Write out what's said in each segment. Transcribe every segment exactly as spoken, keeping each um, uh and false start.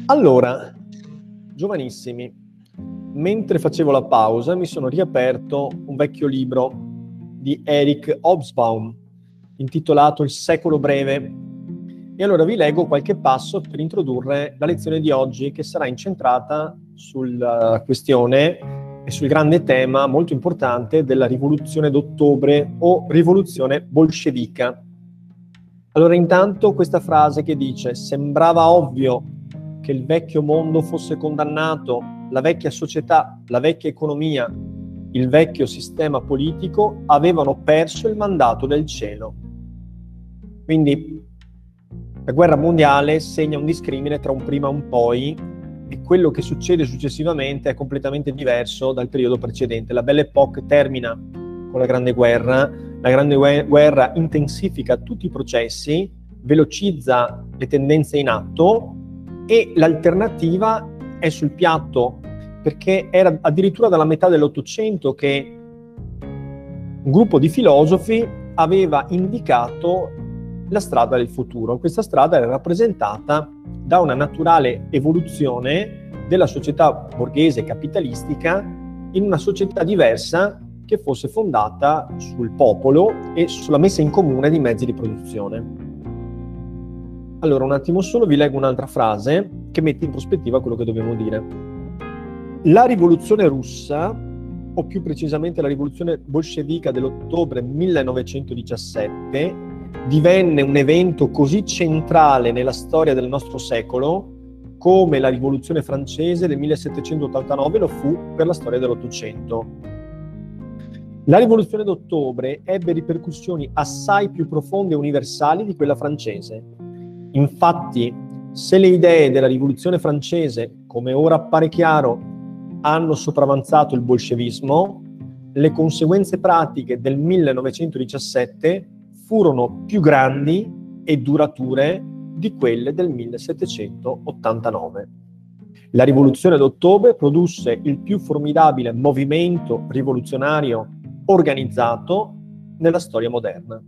Allora, giovanissimi, mentre facevo la pausa mi sono riaperto un vecchio libro di Eric Hobsbawm intitolato Il secolo breve e allora vi leggo qualche passo per introdurre la lezione di oggi, che sarà incentrata sulla questione e sul grande tema molto importante della rivoluzione d'ottobre o rivoluzione bolscevica. Allora, intanto questa frase che dice: sembrava ovvio che il vecchio mondo fosse condannato, la vecchia società, la vecchia economia, il vecchio sistema politico avevano perso il mandato del cielo. Quindi la guerra mondiale segna un discrimine tra un prima e un poi, e quello che succede successivamente è completamente diverso dal periodo precedente. La Belle Époque termina con la Grande Guerra, la Grande Guerra intensifica tutti i processi, velocizza le tendenze in atto, e l'alternativa è sul piatto, perché era addirittura dalla metà dell'Ottocento che un gruppo di filosofi aveva indicato la strada del futuro. Questa strada era rappresentata da una naturale evoluzione della società borghese capitalistica in una società diversa che fosse fondata sul popolo e sulla messa in comune di mezzi di produzione. Allora, un attimo solo, vi leggo un'altra frase che mette in prospettiva quello che dobbiamo dire. La rivoluzione russa, o più precisamente la rivoluzione bolscevica dell'ottobre millenovecentodiciassette, divenne un evento così centrale nella storia del nostro secolo come la rivoluzione francese del millesettecentottantanove lo fu per la storia dell'Ottocento. La rivoluzione d'ottobre ebbe ripercussioni assai più profonde e universali di quella francese. Infatti, se le idee della rivoluzione francese, come ora appare chiaro, hanno sopravanzato il bolscevismo, le conseguenze pratiche del millenovecentodiciassette furono più grandi e durature di quelle del millesettecentottantanove. La rivoluzione d'ottobre produsse il più formidabile movimento rivoluzionario organizzato nella storia moderna.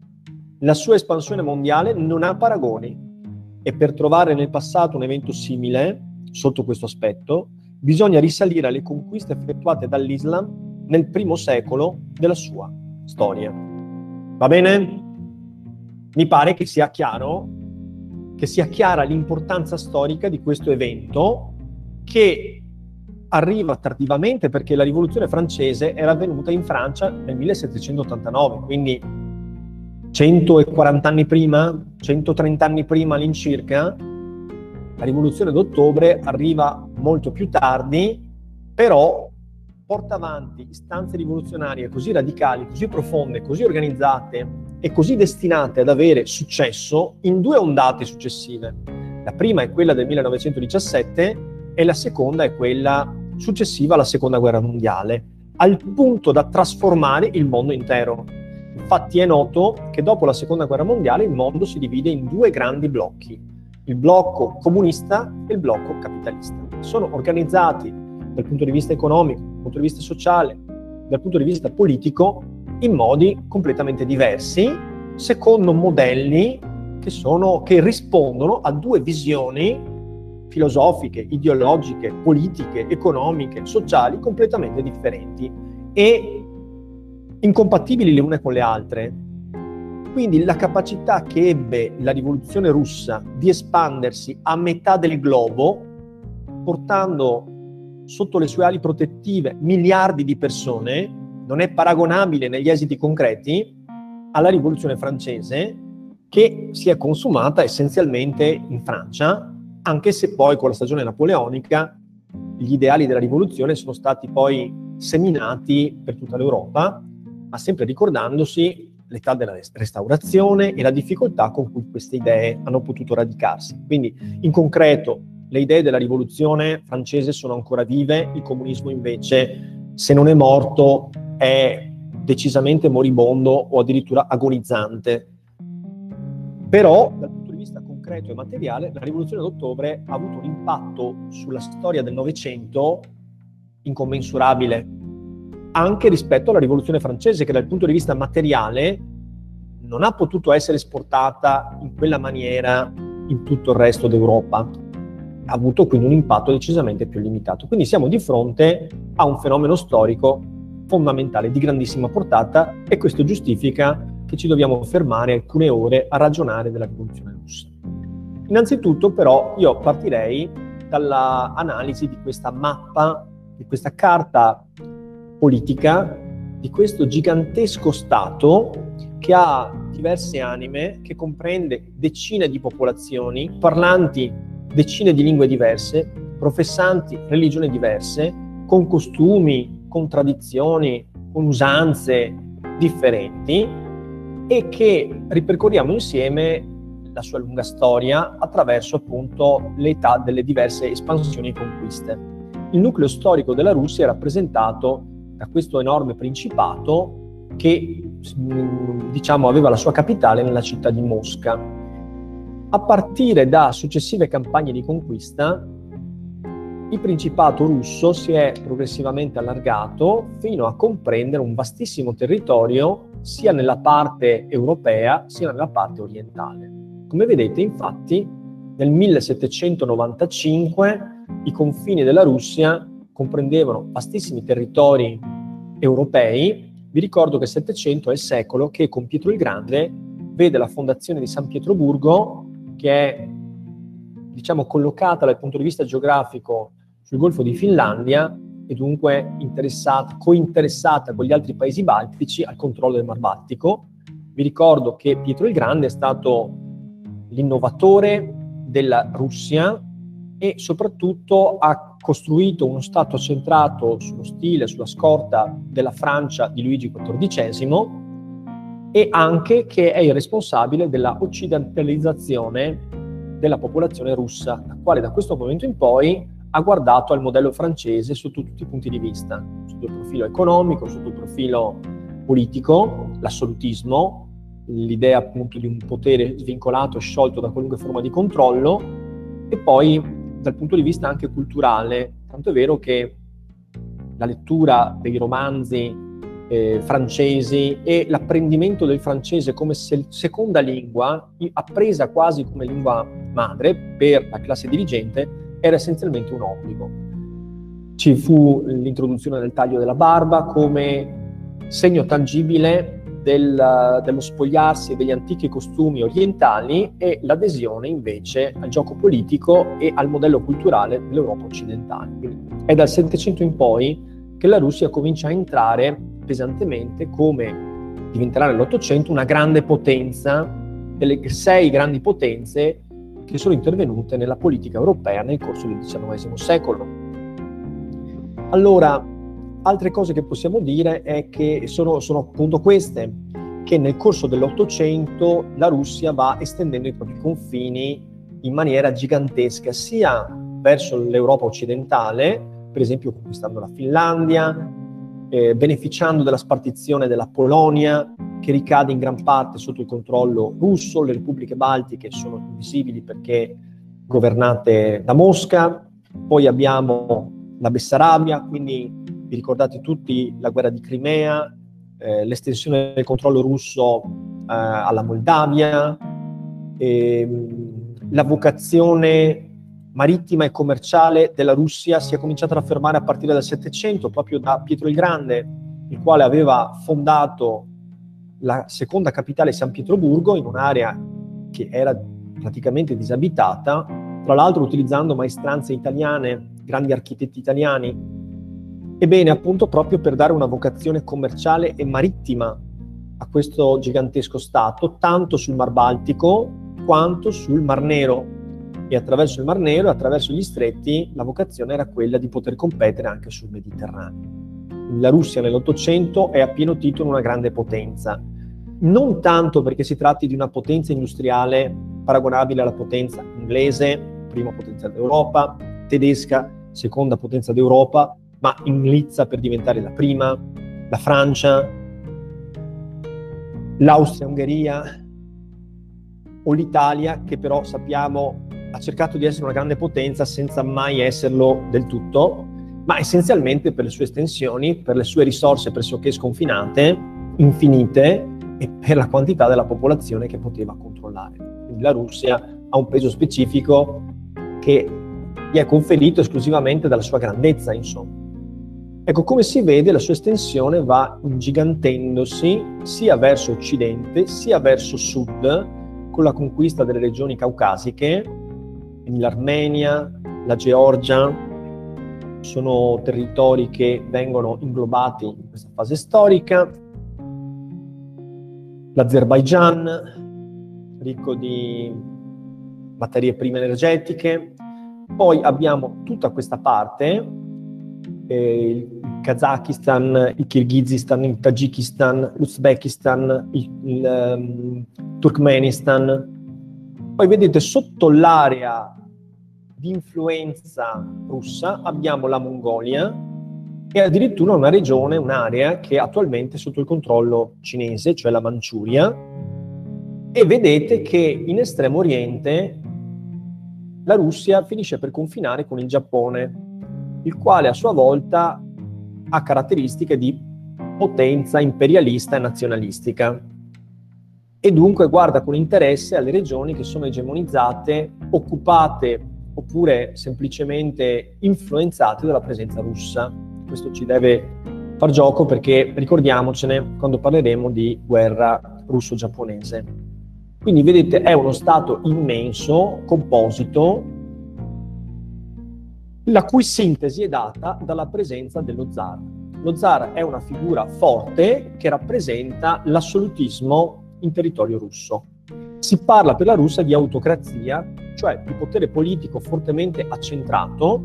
La sua espansione mondiale non ha paragoni, e per trovare nel passato un evento simile, sotto questo aspetto, bisogna risalire alle conquiste effettuate dall'Islam nel primo secolo della sua storia. Va bene? Mi pare che sia chiaro, che sia chiara l'importanza storica di questo evento, che arriva tardivamente perché la rivoluzione francese era avvenuta in Francia nel millesettecentottantanove, quindi centoquaranta anni prima, centotrenta anni prima all'incirca. La rivoluzione d'ottobre arriva molto più tardi, però porta avanti istanze rivoluzionarie così radicali, così profonde, così organizzate e così destinate ad avere successo in due ondate successive. La prima è quella del millenovecentodiciassette e la seconda è quella successiva alla Seconda Guerra Mondiale, al punto da trasformare il mondo intero. Infatti è noto che dopo la Seconda Guerra Mondiale il mondo si divide in due grandi blocchi, il blocco comunista e il blocco capitalista. Sono organizzati dal punto di vista economico, dal punto di vista sociale, dal punto di vista politico in modi completamente diversi, secondo modelli che, sono, che rispondono a due visioni filosofiche, ideologiche, politiche, economiche, sociali completamente differenti e incompatibili le une con le altre. Quindi la capacità che ebbe la rivoluzione russa di espandersi a metà del globo, portando sotto le sue ali protettive miliardi di persone, non è paragonabile negli esiti concreti alla rivoluzione francese, che si è consumata essenzialmente in Francia, anche se poi con la stagione napoleonica gli ideali della rivoluzione sono stati poi seminati per tutta l'Europa, ma sempre ricordandosi l'età della restaurazione e la difficoltà con cui queste idee hanno potuto radicarsi. Quindi, in concreto, le idee della rivoluzione francese sono ancora vive, il comunismo invece, se non è morto, è decisamente moribondo o addirittura agonizzante. Però, dal punto di vista concreto e materiale, la rivoluzione d'ottobre ha avuto un impatto sulla storia del Novecento incommensurabile, anche rispetto alla rivoluzione francese, che dal punto di vista materiale non ha potuto essere esportata in quella maniera in tutto il resto d'Europa. ha avuto quindi un impatto decisamente più limitato. Quindi siamo di fronte a un fenomeno storico fondamentale, di grandissima portata, e questo giustifica che ci dobbiamo fermare alcune ore a ragionare della rivoluzione russa. Innanzitutto però io partirei dall'analisi di questa mappa, di questa carta politica, di questo gigantesco Stato che ha diverse anime, che comprende decine di popolazioni, parlanti decine di lingue diverse, professanti religioni diverse, con costumi, con tradizioni, con usanze differenti, e che ripercorriamo insieme la sua lunga storia attraverso appunto l'età delle diverse espansioni e conquiste. Il nucleo storico della Russia è rappresentato da questo enorme principato che, diciamo, aveva la sua capitale nella città di Mosca. A partire da successive campagne di conquista, il principato russo si è progressivamente allargato fino a comprendere un vastissimo territorio sia nella parte europea sia nella parte orientale. Come vedete, infatti, nel millesettecentonovantacinque i confini della Russia comprendevano vastissimi territori europei. Vi ricordo che il Settecento è il secolo che con Pietro il Grande vede la fondazione di San Pietroburgo, che è, diciamo, collocata dal punto di vista geografico sul Golfo di Finlandia e dunque interessata, cointeressata con gli altri paesi baltici al controllo del Mar Baltico. Vi ricordo che Pietro il Grande è stato l'innovatore della Russia e soprattutto ha costruito uno Stato centrato sullo stile, sulla scorta della Francia di Luigi quattordicesimo, e anche che è il responsabile della occidentalizzazione della popolazione russa, la quale da questo momento in poi ha guardato al modello francese sotto tutti i punti di vista, sotto il profilo economico, sotto il profilo politico, l'assolutismo, l'idea appunto di un potere svincolato e sciolto da qualunque forma di controllo, e poi dal punto di vista anche culturale, tanto è vero che la lettura dei romanzi eh, francesi e l'apprendimento del francese come se- seconda lingua, appresa quasi come lingua madre per la classe dirigente, era essenzialmente un obbligo. Ci fu l'introduzione del taglio della barba come segno tangibile del, dello spogliarsi degli antichi costumi orientali e l'adesione invece al gioco politico e al modello culturale dell'Europa occidentale. Quindi è dal Settecento in poi che la Russia comincia a entrare pesantemente, come diventerà nell'Ottocento, una grande potenza, delle sei grandi potenze che sono intervenute nella politica europea nel corso del diciannovesimo secolo. Allora, altre cose che possiamo dire è che sono, sono appunto queste, che nel corso dell'Ottocento la Russia va estendendo i propri confini in maniera gigantesca, sia verso l'Europa occidentale, per esempio conquistando la Finlandia, eh, beneficiando della spartizione della Polonia, che ricade in gran parte sotto il controllo russo. Le repubbliche baltiche sono invisibili perché governate da Mosca. Poi abbiamo la Bessarabia, quindi vi ricordate tutti la guerra di Crimea, eh, l'estensione del controllo russo eh, alla Moldavia, ehm, la vocazione marittima e commerciale della Russia si è cominciata ad affermare a partire dal Settecento, proprio da Pietro il Grande, il quale aveva fondato la seconda capitale San Pietroburgo in un'area che era praticamente disabitata, tra l'altro utilizzando maestranze italiane, grandi architetti italiani. Ebbene, appunto proprio per dare una vocazione commerciale e marittima a questo gigantesco Stato, tanto sul Mar Baltico quanto sul Mar Nero. E attraverso il Mar Nero e attraverso gli stretti la vocazione era quella di poter competere anche sul Mediterraneo. La Russia nell'Ottocento è a pieno titolo una grande potenza, non tanto perché si tratti di una potenza industriale paragonabile alla potenza inglese, prima potenza d'Europa, tedesca, seconda potenza d'Europa, ma in lizza per diventare la prima, la Francia, l'Austria-Ungheria o l'Italia, che però sappiamo ha cercato di essere una grande potenza senza mai esserlo del tutto, ma essenzialmente per le sue estensioni, per le sue risorse pressoché sconfinate, infinite, e per la quantità della popolazione che poteva controllare. Quindi la Russia ha un peso specifico che gli è conferito esclusivamente dalla sua grandezza, insomma. Ecco, come si vede, la sua estensione va ingigantendosi sia verso occidente, sia verso sud, con la conquista delle regioni caucasiche, quindi l'Armenia, la Georgia, sono territori che vengono inglobati in questa fase storica, l'Azerbaigian, ricco di materie prime energetiche. Poi abbiamo tutta questa parte, eh, il Kazakistan, il Kirghizistan, il Tagikistan, l'Uzbekistan, il, il um, Turkmenistan. Poi vedete sotto l'area di influenza russa abbiamo la Mongolia e addirittura una regione, un'area che attualmente è sotto il controllo cinese, cioè la Manciuria, e vedete che in Estremo Oriente la Russia finisce per confinare con il Giappone, il quale a sua volta ha caratteristiche di potenza imperialista e nazionalistica, e dunque guarda con interesse alle regioni che sono egemonizzate, occupate oppure semplicemente influenzate dalla presenza russa. Questo ci deve far gioco, perché ricordiamocene quando parleremo di guerra russo-giapponese. Quindi vedete, è uno stato immenso, composito, la cui sintesi è data dalla presenza dello zar. Lo zar è una figura forte che rappresenta l'assolutismo in territorio russo. Si parla per la Russia di autocrazia, cioè di potere politico fortemente accentrato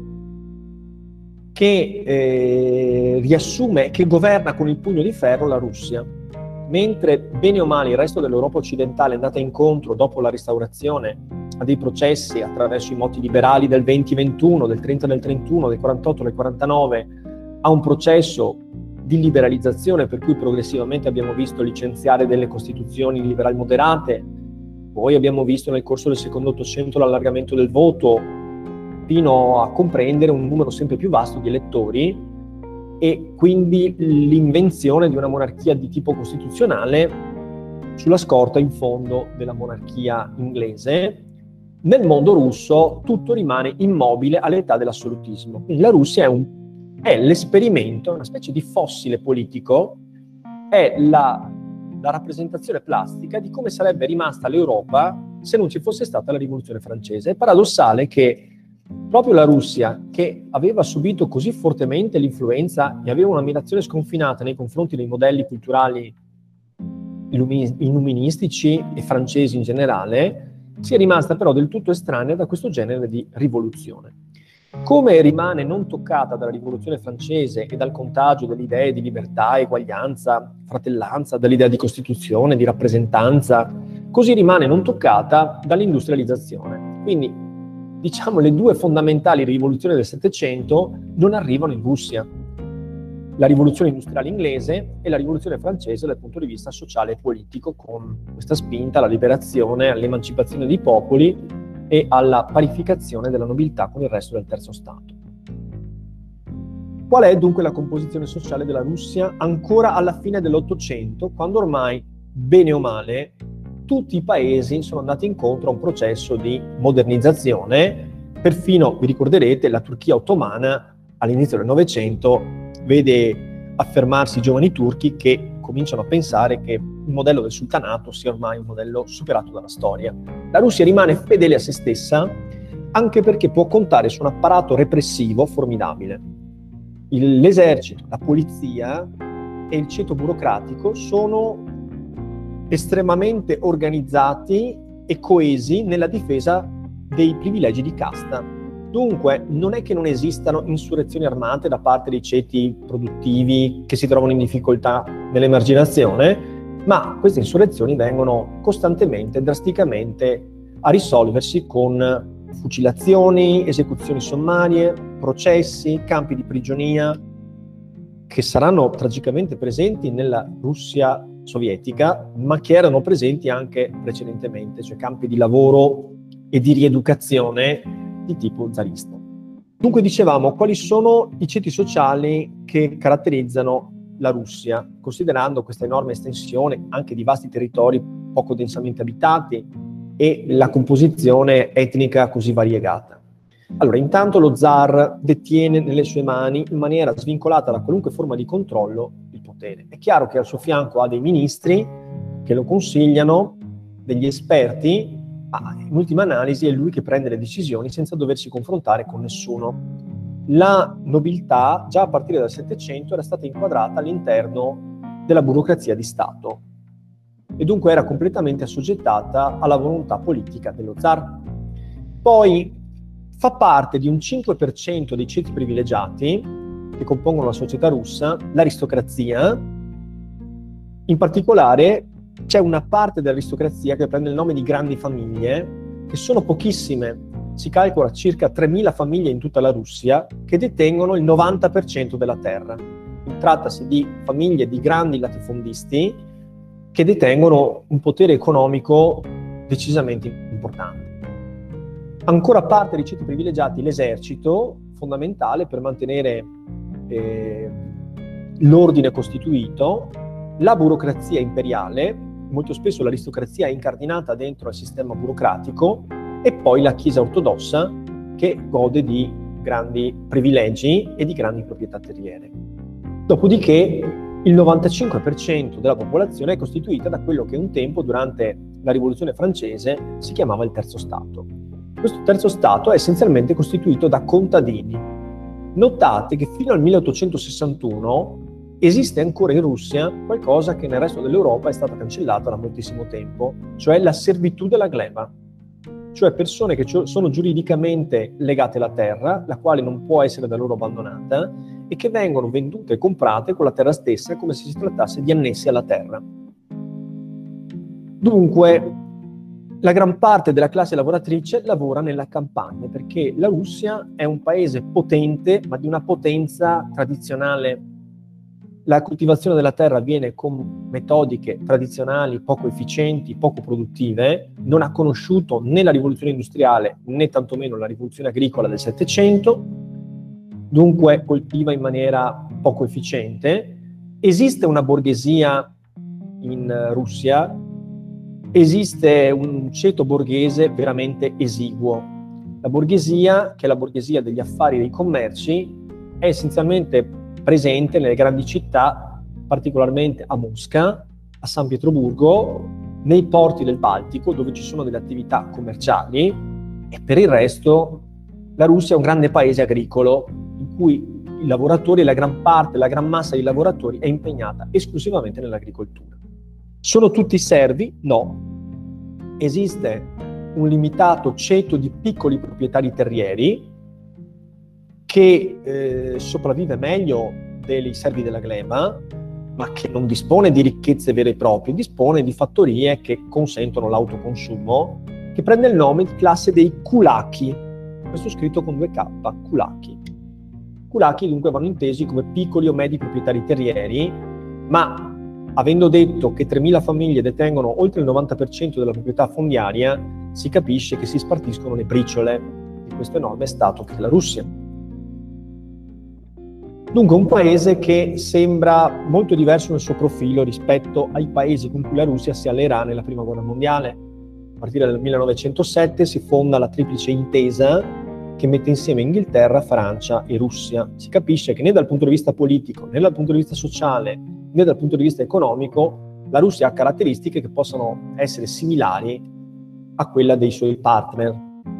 che eh, riassume, che governa con il pugno di ferro la Russia. Mentre bene o male il resto dell'Europa occidentale è andata incontro dopo la restaurazione a dei processi attraverso i moti liberali del venti ventuno, del trenta del trentuno, del quarantotto del quarantanove, a un processo di liberalizzazione per cui progressivamente abbiamo visto licenziare delle costituzioni liberal moderate, poi abbiamo visto nel corso del secondo Ottocento l'allargamento del voto fino a comprendere un numero sempre più vasto di elettori, e quindi l'invenzione di una monarchia di tipo costituzionale sulla scorta in fondo della monarchia inglese. Nel mondo russo tutto rimane immobile all'età dell'assolutismo. Quindi la Russia è, un, è l'esperimento, una specie di fossile politico, è la, la rappresentazione plastica di come sarebbe rimasta l'Europa se non ci fosse stata la rivoluzione francese. È paradossale che proprio la Russia, che aveva subito così fortemente l'influenza e aveva un'ammirazione sconfinata nei confronti dei modelli culturali illuministici e francesi in generale, sia rimasta però del tutto estranea da questo genere di rivoluzione. Come rimane non toccata dalla rivoluzione francese e dal contagio delle idee di libertà, eguaglianza, fratellanza, dall'idea di costituzione, di rappresentanza, così rimane non toccata dall'industrializzazione. Quindi diciamo le due fondamentali rivoluzioni del Settecento non arrivano in Russia. La rivoluzione industriale inglese e la rivoluzione francese dal punto di vista sociale e politico, con questa spinta alla liberazione, all'emancipazione dei popoli e alla parificazione della nobiltà con il resto del terzo Stato. Qual è dunque la composizione sociale della Russia ancora alla fine dell'Ottocento, quando ormai, bene o male, tutti i paesi sono andati incontro a un processo di modernizzazione? Perfino, vi ricorderete, la Turchia ottomana all'inizio del Novecento vede affermarsi i giovani turchi che cominciano a pensare che il modello del sultanato sia ormai un modello superato dalla storia. La Russia rimane fedele a se stessa, anche perché può contare su un apparato repressivo formidabile. Il, l'esercito, la polizia e il ceto burocratico sono estremamente organizzati e coesi nella difesa dei privilegi di casta. Dunque, non è che non esistano insurrezioni armate da parte dei ceti produttivi che si trovano in difficoltà nell'emarginazione, ma queste insurrezioni vengono costantemente, drasticamente a risolversi con fucilazioni, esecuzioni sommarie, processi, campi di prigionia, che saranno tragicamente presenti nella Russia sovietica, ma che erano presenti anche precedentemente, cioè campi di lavoro e di rieducazione di tipo zarista. Dunque dicevamo, quali sono i ceti sociali che caratterizzano la Russia, considerando questa enorme estensione anche di vasti territori poco densamente abitati e la composizione etnica così variegata. Allora, intanto lo zar detiene nelle sue mani, in maniera svincolata da qualunque forma di controllo, il potere. È chiaro che al suo fianco ha dei ministri che lo consigliano, degli esperti, ma in ultima analisi è lui che prende le decisioni senza doversi confrontare con nessuno. La nobiltà, già a partire dal Settecento, era stata inquadrata all'interno della burocrazia di Stato e dunque era completamente assoggettata alla volontà politica dello zar. Poi fa parte di un cinque per cento dei ceti privilegiati che compongono la società russa, l'aristocrazia. In particolare c'è una parte dell'aristocrazia che prende il nome di grandi famiglie, che sono pochissime, si calcola circa tremila famiglie in tutta la Russia, che detengono il novanta per cento della terra. Trattasi di famiglie di grandi latifondisti che detengono un potere economico decisamente importante. Ancora parte dei ceti privilegiati l'esercito, fondamentale per mantenere eh, l'ordine costituito, la burocrazia imperiale, molto spesso l'aristocrazia è incardinata dentro al sistema burocratico, e poi la Chiesa ortodossa che gode di grandi privilegi e di grandi proprietà terriere. Dopodiché il novantacinque per cento della popolazione è costituita da quello che un tempo, durante la Rivoluzione francese, si chiamava il Terzo Stato. Questo Terzo Stato è essenzialmente costituito da contadini. Notate che fino al milleottocentosessantuno esiste ancora in Russia qualcosa che nel resto dell'Europa è stata cancellata da moltissimo tempo, cioè la servitù della gleba, cioè persone che sono giuridicamente legate alla terra, la quale non può essere da loro abbandonata, e che vengono vendute e comprate con la terra stessa come se si trattasse di annessi alla terra. Dunque, la gran parte della classe lavoratrice lavora nella campagna, perché la Russia è un paese potente, ma di una potenza tradizionale. La coltivazione della terra avviene con metodiche tradizionali poco efficienti, poco produttive, non ha conosciuto né la rivoluzione industriale né tantomeno la rivoluzione agricola del Settecento, dunque coltiva in maniera poco efficiente. Esiste una borghesia in Russia, esiste un ceto borghese veramente esiguo. La borghesia, che è la borghesia degli affari e dei commerci, è essenzialmente presente nelle grandi città, particolarmente a Mosca, a San Pietroburgo, nei porti del Baltico, dove ci sono delle attività commerciali, e per il resto la Russia è un grande paese agricolo, in cui i lavoratori, la gran parte, la gran massa dei lavoratori è impegnata esclusivamente nell'agricoltura. Sono tutti servi? No. Esiste un limitato ceto di piccoli proprietari terrieri che eh, sopravvive meglio dei servi della gleba, ma che non dispone di ricchezze vere e proprie, dispone di fattorie che consentono l'autoconsumo, che prende il nome di classe dei kulaki, questo scritto con due K, kulaki. Kulaki dunque vanno intesi come piccoli o medi proprietari terrieri, ma avendo detto che tremila famiglie detengono oltre il novanta per cento della proprietà fondiaria, si capisce che si spartiscono le briciole di questo enorme Stato che è la Russia. Dunque un paese che sembra molto diverso nel suo profilo rispetto ai paesi con cui la Russia si alleerà nella Prima Guerra Mondiale. A partire dal millenovecentosette si fonda la Triplice Intesa che mette insieme Inghilterra, Francia e Russia. Si capisce che né dal punto di vista politico, né dal punto di vista sociale, né dal punto di vista economico, la Russia ha caratteristiche che possono essere similari a quella dei suoi partner.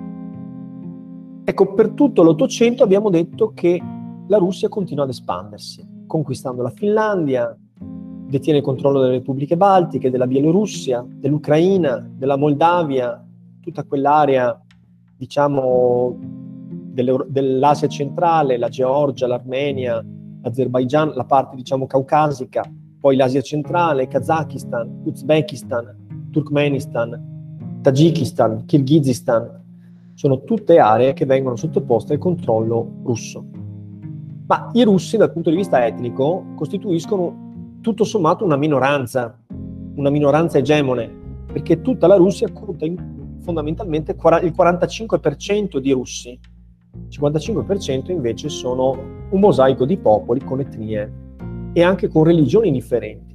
Ecco, per tutto l'Ottocento abbiamo detto che la Russia continua ad espandersi, conquistando la Finlandia, detiene il controllo delle repubbliche baltiche, della Bielorussia, dell'Ucraina, della Moldavia, tutta quell'area, diciamo, dell'Asia centrale, la Georgia, l'Armenia, l'Azerbaigian, la parte, diciamo, caucasica, poi l'Asia centrale, Kazakistan, Uzbekistan, Turkmenistan, Tagikistan, Kirghizistan, sono tutte aree che vengono sottoposte al controllo russo. Ma i russi dal punto di vista etnico costituiscono tutto sommato una minoranza, una minoranza egemone, perché tutta la Russia conta in, fondamentalmente il quarantacinque per cento di russi, il cinquantacinque per cento invece sono un mosaico di popoli con etnie e anche con religioni differenti.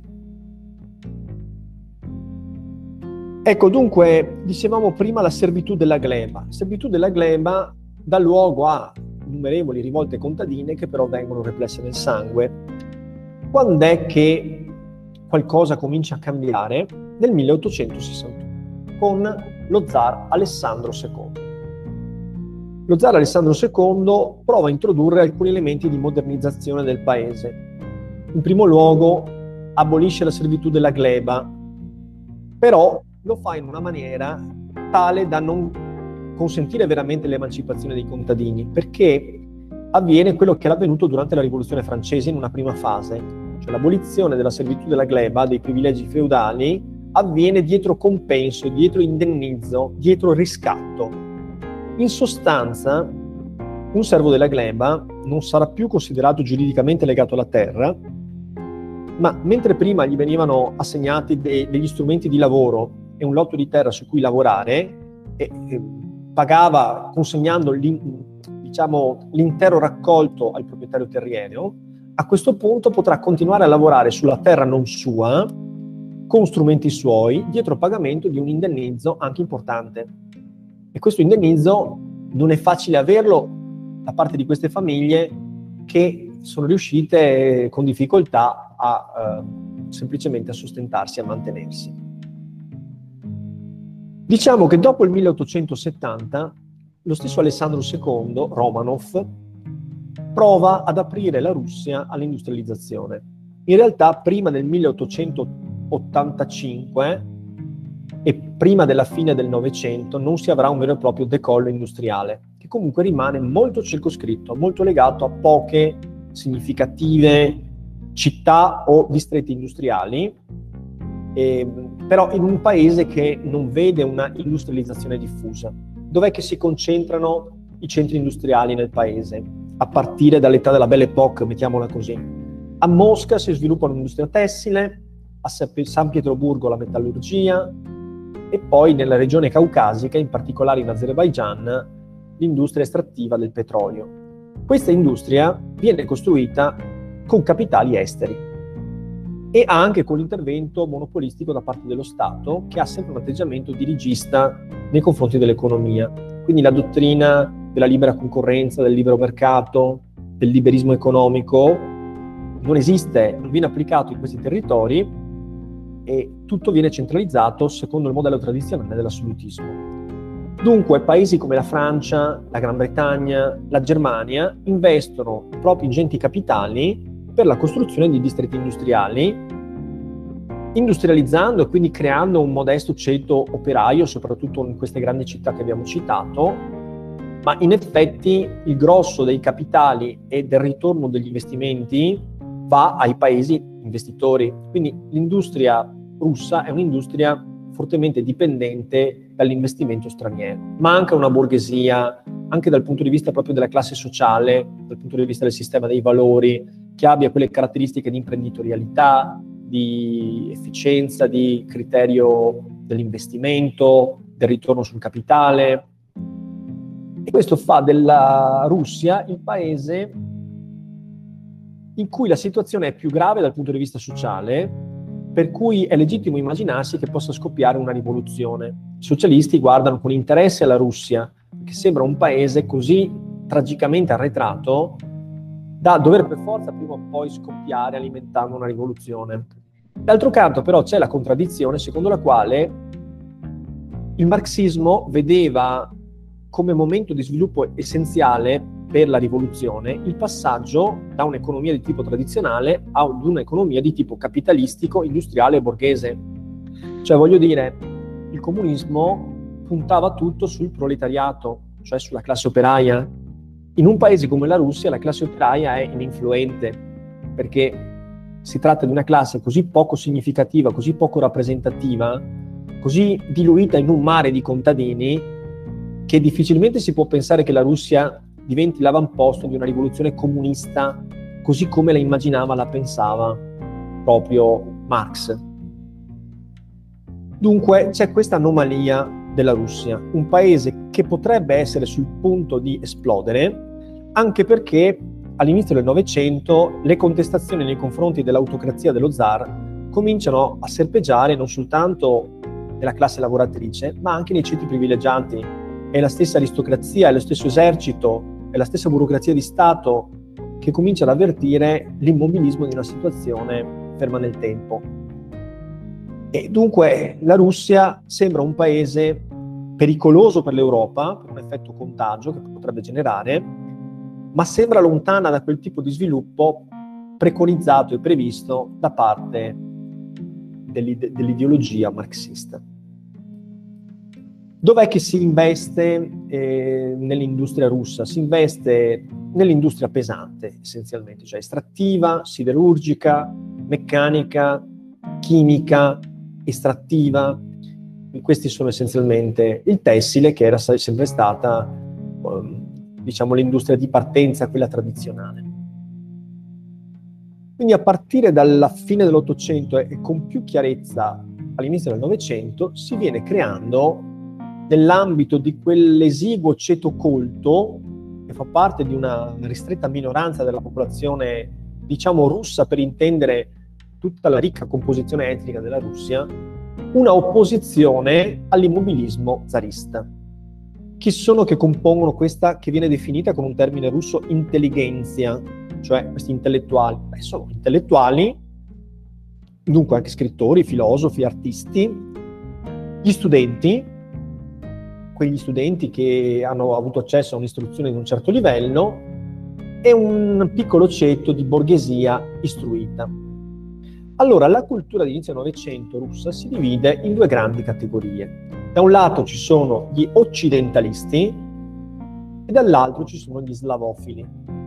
Ecco, dunque, dicevamo prima la servitù della gleba. La servitù della gleba dà luogo a innumerevoli rivolte contadine che però vengono represse nel sangue. Quando è che qualcosa comincia a cambiare? Nel milleottocentosessantuno, con lo zar Alessandro secondo. Lo zar Alessandro secondo prova a introdurre alcuni elementi di modernizzazione del paese. In primo luogo abolisce la servitù della gleba, però lo fa in una maniera tale da non consentire veramente l'emancipazione dei contadini, perché avviene quello che era avvenuto durante la Rivoluzione francese in una prima fase, cioè l'abolizione della servitù della gleba, dei privilegi feudali, avviene dietro compenso, dietro indennizzo, dietro riscatto. In sostanza, un servo della gleba non sarà più considerato giuridicamente legato alla terra, ma mentre prima gli venivano assegnati de- degli strumenti di lavoro e un lotto di terra su cui lavorare, e, e pagava consegnando l'in, diciamo, l'intero raccolto al proprietario terriero, a questo punto potrà continuare a lavorare sulla terra non sua, con strumenti suoi, dietro pagamento di un indennizzo anche importante. E questo indennizzo non è facile averlo da parte di queste famiglie che sono riuscite con difficoltà a eh, semplicemente a sostentarsi, a mantenersi. Diciamo che dopo il milleottocentosettanta lo stesso Alessandro secondo, Romanov, prova ad aprire la Russia all'industrializzazione. In realtà prima del milleottocentottantacinque e prima della fine del Novecento non si avrà un vero e proprio decollo industriale, che comunque rimane molto circoscritto, molto legato a poche significative città o distretti industriali, eh, però in un paese che non vede una industrializzazione diffusa. Dov'è che si concentrano i centri industriali nel paese? A partire dall'età della Belle Époque, mettiamola così. A Mosca si sviluppa un'industria tessile, a San Pietroburgo la metallurgia, e poi nella regione caucasica, in particolare in Azerbaigian, l'industria estrattiva del petrolio. Questa industria viene costruita con capitali esteri e anche con l'intervento monopolistico da parte dello Stato, che ha sempre un atteggiamento dirigista nei confronti dell'economia. Quindi la dottrina della libera concorrenza, del libero mercato, del liberismo economico non esiste, non viene applicato in questi territori e tutto viene centralizzato secondo il modello tradizionale dell'assolutismo. Dunque paesi come la Francia, la Gran Bretagna, la Germania investono i propri ingenti capitali per la costruzione di distretti industriali, industrializzando e quindi creando un modesto ceto operaio, soprattutto in queste grandi città che abbiamo citato, ma in effetti il grosso dei capitali e del ritorno degli investimenti va ai paesi investitori. Quindi l'industria russa è un'industria fortemente dipendente dall'investimento straniero, ma anche una borghesia, anche dal punto di vista proprio della classe sociale, dal punto di vista del sistema dei valori, che abbia quelle caratteristiche di imprenditorialità, di efficienza, di criterio dell'investimento, del ritorno sul capitale. E questo fa della Russia il paese in cui la situazione è più grave dal punto di vista sociale, per cui è legittimo immaginarsi che possa scoppiare una rivoluzione. I socialisti guardano con interesse alla Russia, che sembra un paese così tragicamente arretrato da dover per forza prima o poi scoppiare alimentando una rivoluzione. D'altro canto però c'è la contraddizione secondo la quale il marxismo vedeva come momento di sviluppo essenziale per la rivoluzione il passaggio da un'economia di tipo tradizionale ad un'economia di tipo capitalistico, industriale e borghese. Cioè, voglio dire, il comunismo puntava tutto sul proletariato, cioè sulla classe operaia. In un paese come la Russia la classe operaia è ininfluente, perché si tratta di una classe così poco significativa, così poco rappresentativa, così diluita in un mare di contadini, che difficilmente si può pensare che la Russia diventi l'avamposto di una rivoluzione comunista così come la immaginava, la pensava proprio Marx. Dunque c'è questa anomalia della Russia, un paese che potrebbe essere sul punto di esplodere, anche perché all'inizio del Novecento le contestazioni nei confronti dell'autocrazia dello zar cominciano a serpeggiare non soltanto nella classe lavoratrice, ma anche nei ceti privilegiati. è la stessa aristocrazia, è lo stesso esercito, è la stessa burocrazia di Stato che comincia ad avvertire l'immobilismo di una situazione ferma nel tempo. E dunque la Russia sembra un paese pericoloso per l'Europa, per un effetto contagio che potrebbe generare, ma sembra lontana da quel tipo di sviluppo preconizzato e previsto da parte dell'ide- dell'ideologia marxista. Dov'è che si investe eh, nell'industria russa? Si investe nell'industria pesante, essenzialmente, cioè estrattiva, siderurgica, meccanica, chimica, estrattiva. Questi sono essenzialmente il tessile, che era sempre stata, um, diciamo, l'industria di partenza, quella tradizionale. Quindi a partire dalla fine dell'Ottocento e con più chiarezza all'inizio del Novecento si viene creando, nell'ambito di quell'esiguo ceto colto, che fa parte di una ristretta minoranza della popolazione, diciamo, russa, per intendere tutta la ricca composizione etnica della Russia, una opposizione all'immobilismo zarista. Chi sono che compongono questa, che viene definita con un termine russo, intelligenzia, cioè questi intellettuali? Beh, sono intellettuali, dunque anche scrittori, filosofi, artisti, gli studenti, quegli studenti che hanno avuto accesso a un'istruzione di un certo livello, e un piccolo ceto di borghesia istruita. Allora, la cultura di inizio Novecento russa si divide in due grandi categorie. Da un lato ci sono gli occidentalisti e dall'altro ci sono gli slavofili.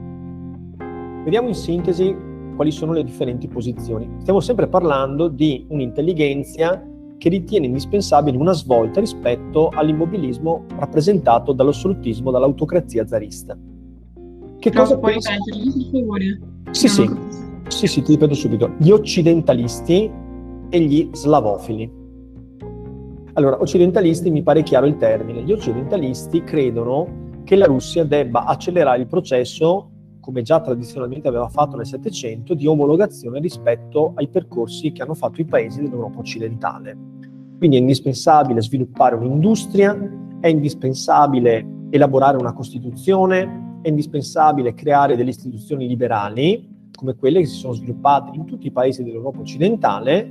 Vediamo in sintesi quali sono le differenti posizioni. Stiamo sempre parlando di un'intelligenza che ritiene indispensabile una svolta rispetto all'immobilismo rappresentato dall'assolutismo, dall'autocrazia zarista. Che Però cosa puoi pensa? ripeterli, per favore? Sì, sì, Non ho- sì, sì, ti ripeto subito. Gli occidentalisti e gli slavofili. Allora, occidentalisti, mi pare chiaro il termine. Gli occidentalisti credono che la Russia debba accelerare il processo, come già tradizionalmente aveva fatto nel Settecento, di omologazione rispetto ai percorsi che hanno fatto i paesi dell'Europa occidentale. Quindi è indispensabile sviluppare un'industria, è indispensabile elaborare una Costituzione, è indispensabile creare delle istituzioni liberali, come quelle che si sono sviluppate in tutti i paesi dell'Europa occidentale,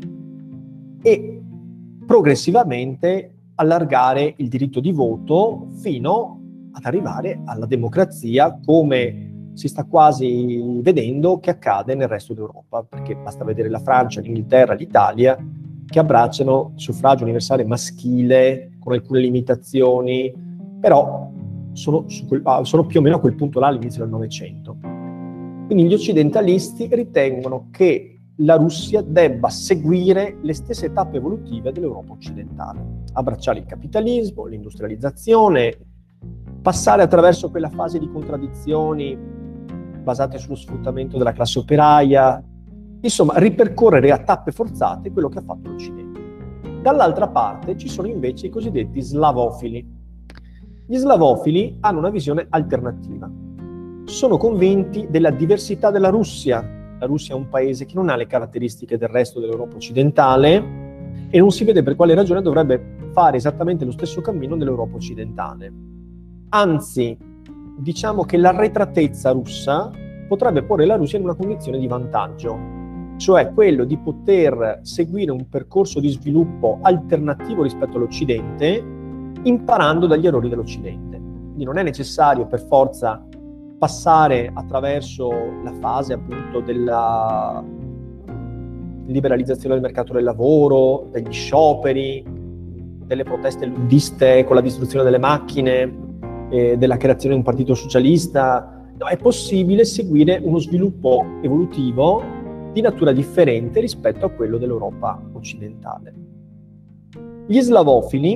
e progressivamente allargare il diritto di voto fino ad arrivare alla democrazia, come si sta quasi vedendo che accade nel resto d'Europa, perché basta vedere la Francia, l'Inghilterra, l'Italia, che abbracciano il suffragio universale maschile con alcune limitazioni, però sono, su quel, sono più o meno a quel punto là all'inizio del Novecento. Quindi gli occidentalisti ritengono che la Russia debba seguire le stesse tappe evolutive dell'Europa occidentale, abbracciare il capitalismo, l'industrializzazione, passare attraverso quella fase di contraddizioni basate sullo sfruttamento della classe operaia, insomma ripercorrere a tappe forzate quello che ha fatto l'Occidente. Dall'altra parte ci sono invece i cosiddetti slavofili. Gli slavofili hanno una visione alternativa. Sono convinti della diversità della Russia. La Russia è un paese che non ha le caratteristiche del resto dell'Europa occidentale e non si vede per quale ragione dovrebbe fare esattamente lo stesso cammino dell'Europa occidentale. Anzi, diciamo che l'arretratezza russa potrebbe porre la Russia in una condizione di vantaggio, cioè quello di poter seguire un percorso di sviluppo alternativo rispetto all'Occidente, imparando dagli errori dell'Occidente. Quindi non è necessario per forza passare attraverso la fase appunto della liberalizzazione del mercato del lavoro, degli scioperi, delle proteste luddiste con la distruzione delle macchine, eh, della creazione di un partito socialista. No, è possibile seguire uno sviluppo evolutivo di natura differente rispetto a quello dell'Europa occidentale. Gli slavofili,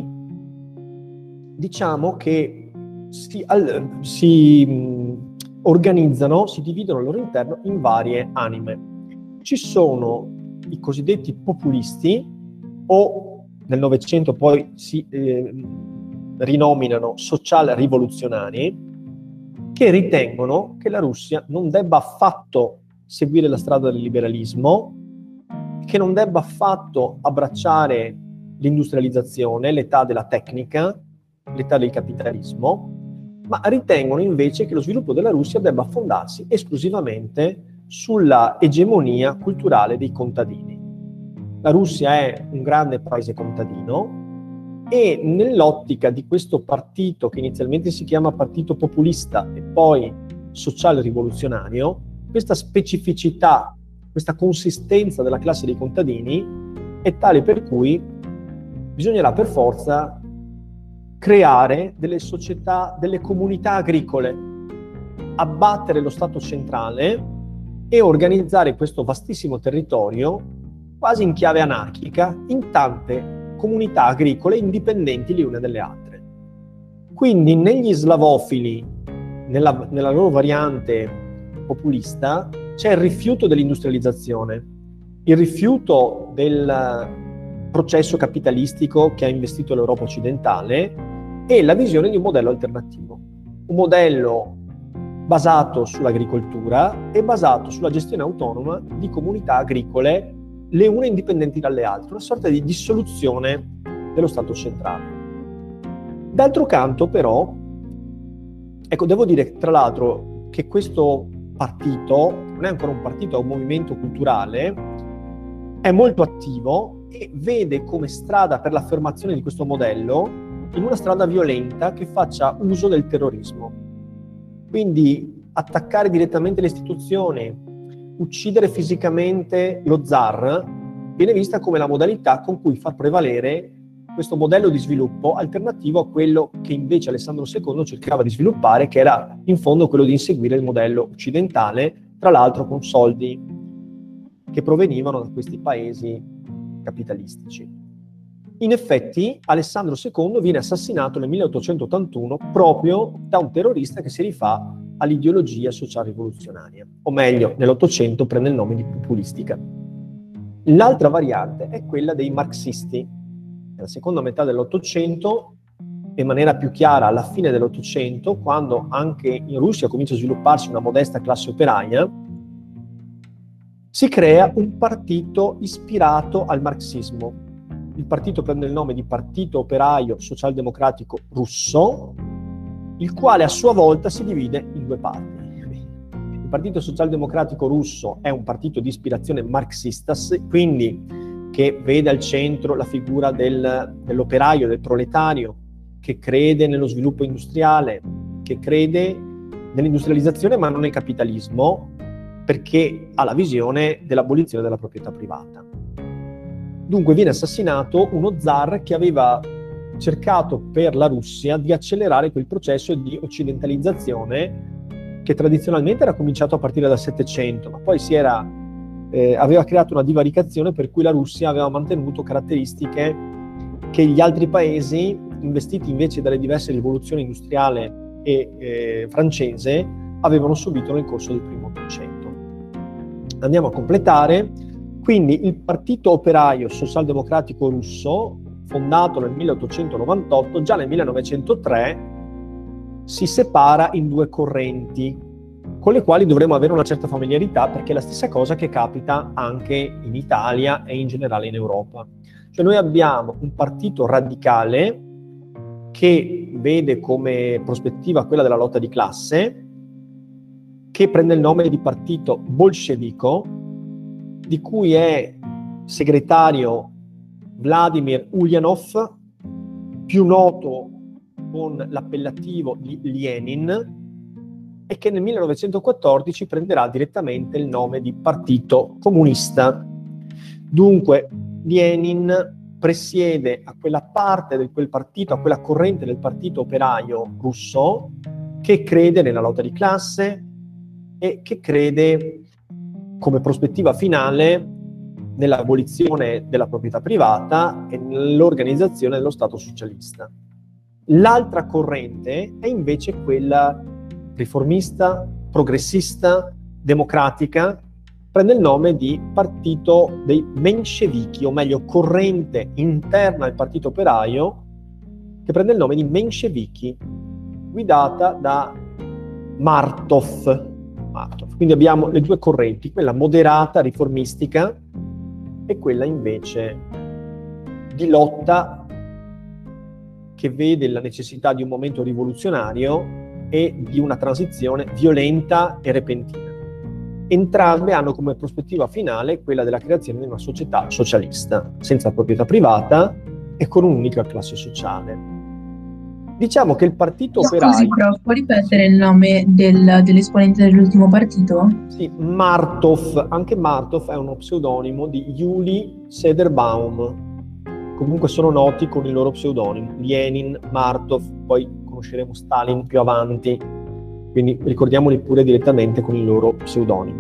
diciamo che si, al, si mh, organizzano, si dividono al loro interno in varie anime. Ci sono i cosiddetti populisti, o nel Novecento poi si eh, rinominano social rivoluzionari, che ritengono che la Russia non debba affatto seguire la strada del liberalismo, che non debba affatto abbracciare l'industrializzazione, l'età della tecnica, l'età del capitalismo, ma ritengono invece che lo sviluppo della Russia debba fondarsi esclusivamente sulla egemonia culturale dei contadini. La Russia è un grande paese contadino e nell'ottica di questo partito, che inizialmente si chiama Partito Populista e poi Sociale Rivoluzionario, questa specificità, questa consistenza della classe dei contadini è tale per cui bisognerà per forza creare delle società, delle comunità agricole, abbattere lo Stato centrale e organizzare questo vastissimo territorio quasi in chiave anarchica in tante comunità agricole indipendenti le une dalle altre. Quindi negli slavofili, nella, nella loro variante populista, c'è il rifiuto dell'industrializzazione, il rifiuto del processo capitalistico che ha investito l'Europa occidentale e la visione di un modello alternativo, un modello basato sull'agricoltura e basato sulla gestione autonoma di comunità agricole, le une indipendenti dalle altre, una sorta di dissoluzione dello Stato centrale. D'altro canto, però, ecco, devo dire tra l'altro che questo partito non è ancora un partito, è un movimento culturale, è molto attivo e vede come strada per l'affermazione di questo modello in una strada violenta che faccia uso del terrorismo. Quindi attaccare direttamente le istituzioni, uccidere fisicamente lo zar, viene vista come la modalità con cui far prevalere questo modello di sviluppo alternativo a quello che invece Alessandro secondo cercava di sviluppare, che era in fondo quello di inseguire il modello occidentale, tra l'altro con soldi che provenivano da questi paesi capitalistici. In effetti Alessandro secondo viene assassinato nel milleottocentottantuno proprio da un terrorista che si rifà all'ideologia social-rivoluzionaria, o meglio, nell'Ottocento prende il nome di populistica. L'altra variante è quella dei marxisti. Nella seconda metà dell'Ottocento, in maniera più chiara alla fine dell'Ottocento, quando anche in Russia comincia a svilupparsi una modesta classe operaia, si crea un partito ispirato al marxismo. Il partito prende il nome di Partito Operaio Socialdemocratico Russo, il quale a sua volta si divide in due parti. Il Partito Socialdemocratico Russo è un partito di ispirazione marxista, quindi che vede al centro la figura del, dell'operaio, del proletario, che crede nello sviluppo industriale, che crede nell'industrializzazione ma non nel capitalismo, perché ha la visione dell'abolizione della proprietà privata. Dunque viene assassinato uno zar che aveva cercato per la Russia di accelerare quel processo di occidentalizzazione che tradizionalmente era cominciato a partire dal Settecento, ma poi si era, eh, aveva creato una divaricazione per cui la Russia aveva mantenuto caratteristiche che gli altri paesi, investiti invece dalle diverse rivoluzioni industriale e eh, francese, avevano subito nel corso del primo Ottocento. Andiamo a completare. Quindi il Partito Operaio Socialdemocratico Russo, fondato nel milleottocentonovantotto, già nel millenovecentotre si separa in due correnti, con le quali dovremo avere una certa familiarità, perché è la stessa cosa che capita anche in Italia e in generale in Europa. Cioè noi abbiamo un partito radicale che vede come prospettiva quella della lotta di classe, che prende il nome di partito bolscevico, di cui è segretario Vladimir Ulyanov, più noto con l'appellativo di Lenin, e che nel millenovecentoquattordici prenderà direttamente il nome di Partito Comunista. Dunque Lenin presiede a quella parte di quel partito, a quella corrente del partito operaio russo che crede nella lotta di classe e che crede come prospettiva finale nell'abolizione della proprietà privata e nell'organizzazione dello Stato socialista. L'altra corrente è invece quella riformista, progressista, democratica, prende il nome di Partito dei Menscevichi, o meglio corrente interna al Partito Operaio, che prende il nome di Menscevichi, guidata da Martov. Martov. Quindi abbiamo le due correnti, quella moderata, riformistica, e quella invece di lotta che vede la necessità di un momento rivoluzionario e di una transizione violenta e repentina. Entrambe hanno come prospettiva finale quella della creazione di una società socialista, senza proprietà privata e con un'unica classe sociale. Diciamo che il partito Scusi, operaio... prof, può ripetere il nome del, dell'esponente dell'ultimo partito? Sì, Martov, anche Martov è uno pseudonimo di Yuli Sederbaum. Comunque sono noti con il loro pseudonimo, Lenin, Martov, poi conosceremo Stalin più avanti, quindi ricordiamoli pure direttamente con il loro pseudonimo.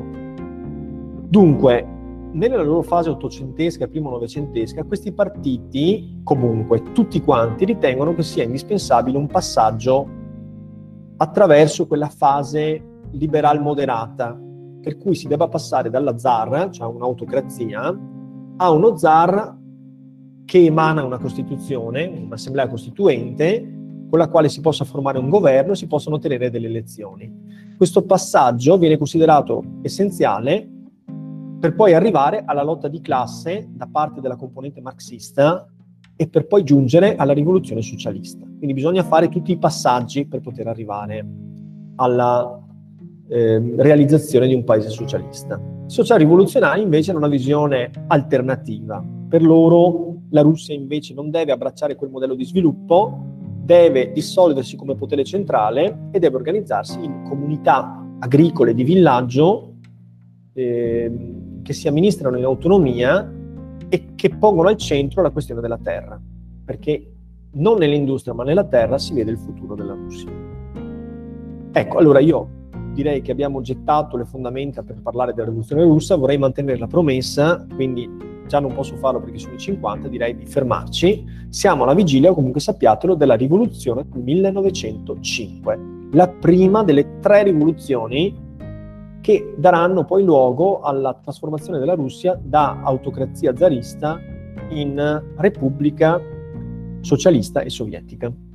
Dunque, nella loro fase ottocentesca e primo novecentesca, questi partiti, comunque, tutti quanti, ritengono che sia indispensabile un passaggio attraverso quella fase liberal moderata, per cui si debba passare dalla zar, cioè un'autocrazia, a uno zar che emana una Costituzione, un'assemblea costituente, con la quale si possa formare un governo e si possono ottenere delle elezioni. Questo passaggio viene considerato essenziale per poi arrivare alla lotta di classe da parte della componente marxista e per poi giungere alla rivoluzione socialista. Quindi bisogna fare tutti i passaggi per poter arrivare alla eh, realizzazione di un paese socialista. I social rivoluzionari invece hanno una visione alternativa. Per loro la Russia invece non deve abbracciare quel modello di sviluppo, deve dissolversi come potere centrale e deve organizzarsi in comunità agricole di villaggio eh, che si amministrano in autonomia e che pongono al centro la questione della terra, perché non nell'industria ma nella terra si vede il futuro della Russia. Ecco, allora io direi che abbiamo gettato le fondamenta per parlare della rivoluzione russa, vorrei mantenere la promessa, quindi già non posso farlo perché sono i cinquanta, direi di fermarci. Siamo alla vigilia, o comunque sappiatelo, della rivoluzione del millenovecentocinque, la prima delle tre rivoluzioni che daranno poi luogo alla trasformazione della Russia da autocrazia zarista in repubblica socialista e sovietica.